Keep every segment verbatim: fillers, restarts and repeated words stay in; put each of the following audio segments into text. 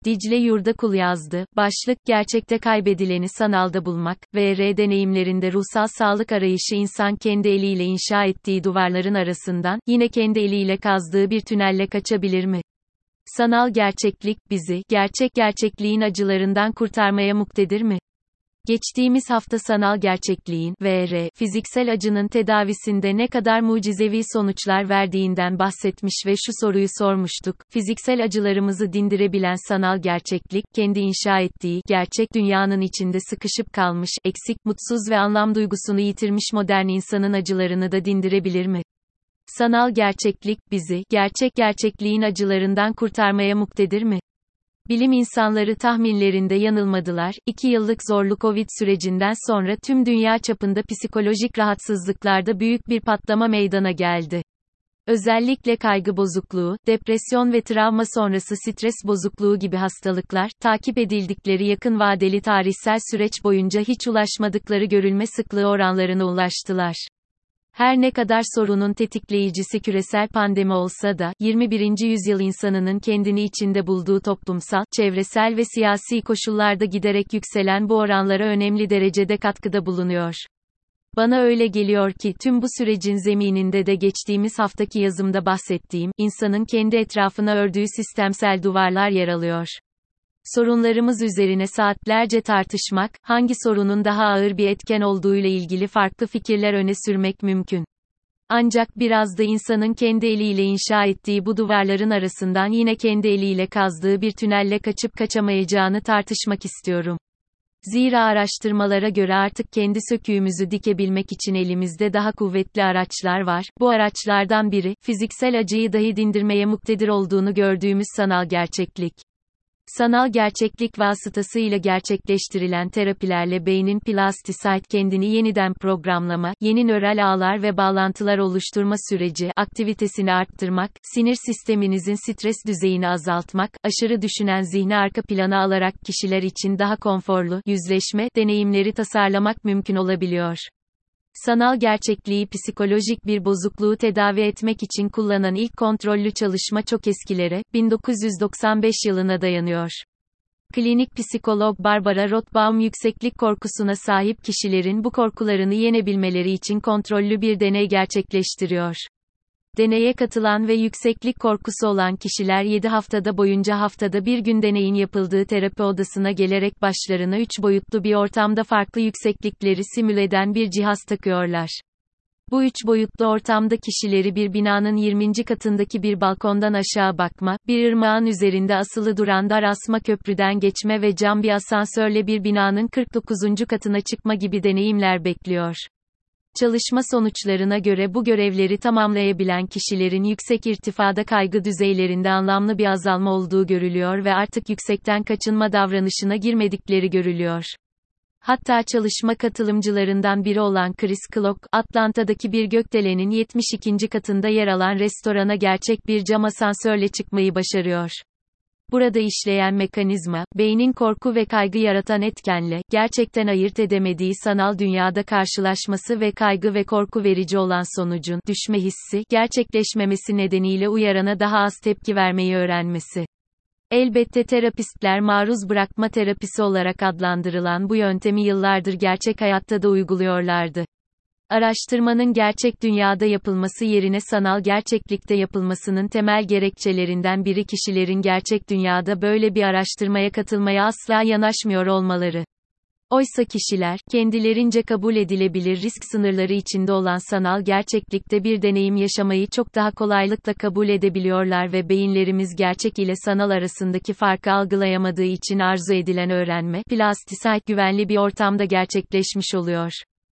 Dicle Yurdakul yazdı. Başlık, gerçekte kaybedileni sanalda bulmak. V R deneyimlerinde ruhsal sağlık arayışı insan kendi eliyle inşa ettiği duvarların arasından, yine kendi eliyle kazdığı bir tünelle kaçabilir mi? Sanal gerçeklik, bizi, gerçek gerçekliğin acılarından kurtarmaya muktedir mi? Geçtiğimiz hafta sanal gerçekliğin, V R, fiziksel acının tedavisinde ne kadar mucizevi sonuçlar verdiğinden bahsetmiş ve şu soruyu sormuştuk: fiziksel acılarımızı dindirebilen sanal gerçeklik, kendi inşa ettiği, gerçek dünyanın içinde sıkışıp kalmış, eksik, mutsuz ve anlam duygusunu yitirmiş modern insanın acılarını da dindirebilir mi? Sanal gerçeklik, bizi, gerçek gerçekliğin acılarından kurtarmaya muktedir mi? Bilim insanları tahminlerinde yanılmadılar. İki yıllık zorlu Covid sürecinden sonra tüm dünya çapında psikolojik rahatsızlıklarda büyük bir patlama meydana geldi. Özellikle kaygı bozukluğu, depresyon ve travma sonrası stres bozukluğu gibi hastalıklar, takip edildikleri yakın vadeli tarihsel süreç boyunca hiç ulaşmadıkları görülme sıklığı oranlarına ulaştılar. Her ne kadar sorunun tetikleyicisi küresel pandemi olsa da, yirmi birinci yüzyıl insanının kendini içinde bulduğu toplumsal, çevresel ve siyasi koşullarda giderek yükselen bu oranlara önemli derecede katkıda bulunuyor. Bana öyle geliyor ki tüm bu sürecin zemininde de geçtiğimiz haftaki yazımda bahsettiğim, insanın kendi etrafına ördüğü sistemsel duvarlar yer alıyor. Sorunlarımız üzerine saatlerce tartışmak, hangi sorunun daha ağır bir etken olduğuyla ilgili farklı fikirler öne sürmek mümkün. Ancak biraz da insanın kendi eliyle inşa ettiği bu duvarların arasından yine kendi eliyle kazdığı bir tünelle kaçıp kaçamayacağını tartışmak istiyorum. Zira araştırmalara göre artık kendi söküğümüzü dikebilmek için elimizde daha kuvvetli araçlar var. Bu araçlardan biri, fiziksel acıyı dahi dindirmeye muktedir olduğunu gördüğümüz sanal gerçeklik. Sanal gerçeklik vasıtasıyla gerçekleştirilen terapilerle beynin plastisite kendini yeniden programlama, yeni nöral ağlar ve bağlantılar oluşturma süreci, aktivitesini arttırmak, sinir sisteminizin stres düzeyini azaltmak, aşırı düşünen zihni arka plana alarak kişiler için daha konforlu, yüzleşme, deneyimleri tasarlamak mümkün olabiliyor. Sanal gerçekliği psikolojik bir bozukluğu tedavi etmek için kullanan ilk kontrollü çalışma çok eskilere, bin dokuz yüz doksan beş yılına dayanıyor. Klinik psikolog Barbara Rothbaum yükseklik korkusuna sahip kişilerin bu korkularını yenebilmeleri için kontrollü bir deney gerçekleştiriyor. Deneye katılan ve yükseklik korkusu olan kişiler yedi haftada boyunca haftada bir gün deneyin yapıldığı terapi odasına gelerek başlarına üç boyutlu bir ortamda farklı yükseklikleri simüle eden bir cihaz takıyorlar. Bu üç boyutlu ortamda kişileri bir binanın yirminci katındaki bir balkondan aşağı bakma, bir ırmağın üzerinde asılı duran dar asma köprüden geçme ve cam bir asansörle bir binanın kırk dokuzuncu katına çıkma gibi deneyimler bekliyor. Çalışma sonuçlarına göre bu görevleri tamamlayabilen kişilerin yüksek irtifada kaygı düzeylerinde anlamlı bir azalma olduğu görülüyor ve artık yüksekten kaçınma davranışına girmedikleri görülüyor. Hatta çalışma katılımcılarından biri olan Chris Klock, Atlanta'daki bir gökdelenin yetmiş ikinci katında yer alan restorana gerçek bir cam asansörle çıkmayı başarıyor. Burada işleyen mekanizma, beynin korku ve kaygı yaratan etkenle, gerçekten ayırt edemediği sanal dünyada karşılaşması ve kaygı ve korku verici olan sonucun, düşme hissi, gerçekleşmemesi nedeniyle uyarana daha az tepki vermeyi öğrenmesi. Elbette terapistler maruz bırakma terapisi olarak adlandırılan bu yöntemi yıllardır gerçek hayatta da uyguluyorlardı. Araştırmanın gerçek dünyada yapılması yerine sanal gerçeklikte yapılmasının temel gerekçelerinden biri kişilerin gerçek dünyada böyle bir araştırmaya katılmaya asla yanaşmıyor olmaları. Oysa kişiler, kendilerince kabul edilebilir risk sınırları içinde olan sanal gerçeklikte bir deneyim yaşamayı çok daha kolaylıkla kabul edebiliyorlar ve beyinlerimiz gerçek ile sanal arasındaki farkı algılayamadığı için arzu edilen öğrenme, plastisite güvenli bir ortamda gerçekleşmiş oluyor.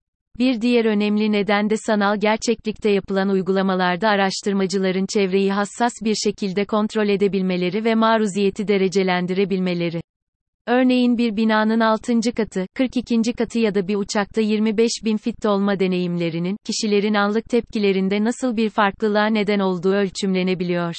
Bir diğer önemli neden de sanal gerçeklikte yapılan uygulamalarda araştırmacıların çevreyi hassas bir şekilde kontrol edebilmeleri ve maruziyeti derecelendirebilmeleri. Örneğin bir binanın altıncı katı, kırk ikinci katı ya da bir uçakta yirmi beş bin fitte olma deneyimlerinin, kişilerin anlık tepkilerinde nasıl bir farklılığa neden olduğu ölçümlenebiliyor.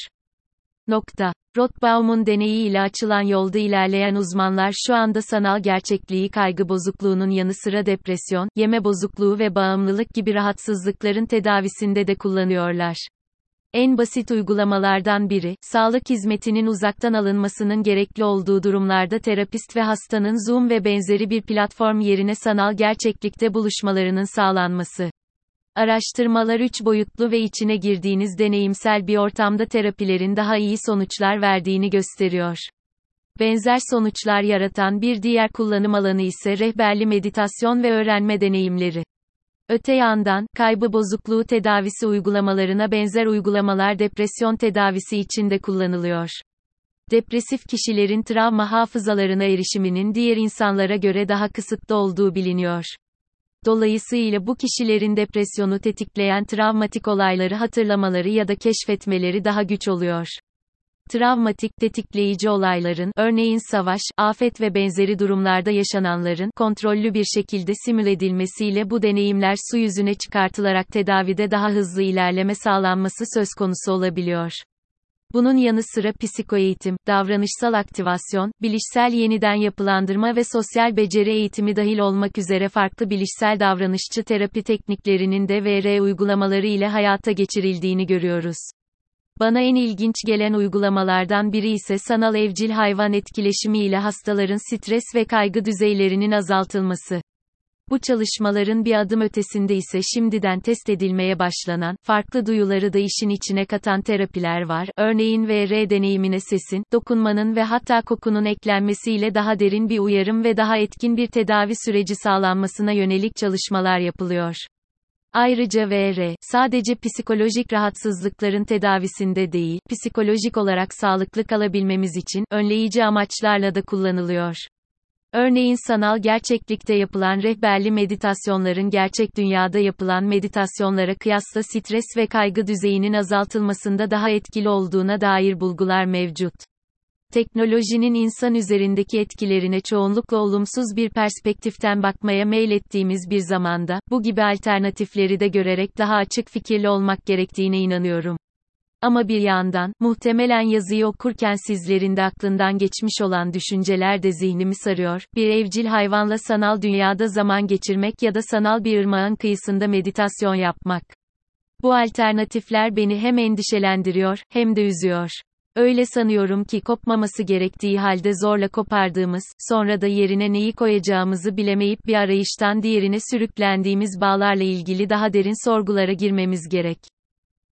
Nokta. Rothbaum'un deneyi ile açılan yolda ilerleyen uzmanlar şu anda sanal gerçekliği kaygı bozukluğunun yanı sıra depresyon, yeme bozukluğu ve bağımlılık gibi rahatsızlıkların tedavisinde de kullanıyorlar. En basit uygulamalardan biri, sağlık hizmetinin uzaktan alınmasının gerekli olduğu durumlarda terapist ve hastanın Zoom ve benzeri bir platform yerine sanal gerçeklikte buluşmalarının sağlanması. Araştırmalar üç boyutlu ve içine girdiğiniz deneyimsel bir ortamda terapilerin daha iyi sonuçlar verdiğini gösteriyor. Benzer sonuçlar yaratan bir diğer kullanım alanı ise rehberli meditasyon ve öğrenme deneyimleri. Öte yandan, kaybı bozukluğu tedavisi uygulamalarına benzer uygulamalar depresyon tedavisi için de kullanılıyor. Depresif kişilerin travma hafızalarına erişiminin diğer insanlara göre daha kısıtlı olduğu biliniyor. Dolayısıyla bu kişilerin depresyonu tetikleyen travmatik olayları hatırlamaları ya da keşfetmeleri daha güç oluyor. Travmatik, tetikleyici olayların, örneğin savaş, afet ve benzeri durumlarda yaşananların, kontrollü bir şekilde simüle edilmesiyle bu deneyimler su yüzüne çıkartılarak tedavide daha hızlı ilerleme sağlanması söz konusu olabiliyor. Bunun yanı sıra psikoeğitim, davranışsal aktivasyon, bilişsel yeniden yapılandırma ve sosyal beceri eğitimi dahil olmak üzere farklı bilişsel davranışçı terapi tekniklerinin de V R uygulamaları ile hayata geçirildiğini görüyoruz. Bana en ilginç gelen uygulamalardan biri ise sanal evcil hayvan etkileşimi ile hastaların stres ve kaygı düzeylerinin azaltılması. Bu çalışmaların bir adım ötesinde ise şimdiden test edilmeye başlanan, farklı duyuları da işin içine katan terapiler var. Örneğin V R deneyimine sesin, dokunmanın ve hatta kokunun eklenmesiyle daha derin bir uyarım ve daha etkin bir tedavi süreci sağlanmasına yönelik çalışmalar yapılıyor. Ayrıca V R, sadece psikolojik rahatsızlıkların tedavisinde değil, psikolojik olarak sağlıklı kalabilmemiz için, önleyici amaçlarla da kullanılıyor. Örneğin sanal gerçeklikte yapılan rehberli meditasyonların gerçek dünyada yapılan meditasyonlara kıyasla stres ve kaygı düzeyinin azaltılmasında daha etkili olduğuna dair bulgular mevcut. Teknolojinin insan üzerindeki etkilerine çoğunlukla olumsuz bir perspektiften bakmaya meylettiğimiz bir zamanda, bu gibi alternatifleri de görerek daha açık fikirli olmak gerektiğine inanıyorum. Ama bir yandan, muhtemelen yazıyı okurken sizlerin de aklından geçmiş olan düşünceler de zihnimi sarıyor. Bir evcil hayvanla sanal dünyada zaman geçirmek ya da sanal bir ırmağın kıyısında meditasyon yapmak. Bu alternatifler beni hem endişelendiriyor, hem de üzüyor. Öyle sanıyorum ki kopmaması gerektiği halde zorla kopardığımız, sonra da yerine neyi koyacağımızı bilemeyip bir arayıştan diğerine sürüklendiğimiz bağlarla ilgili daha derin sorgulara girmemiz gerek.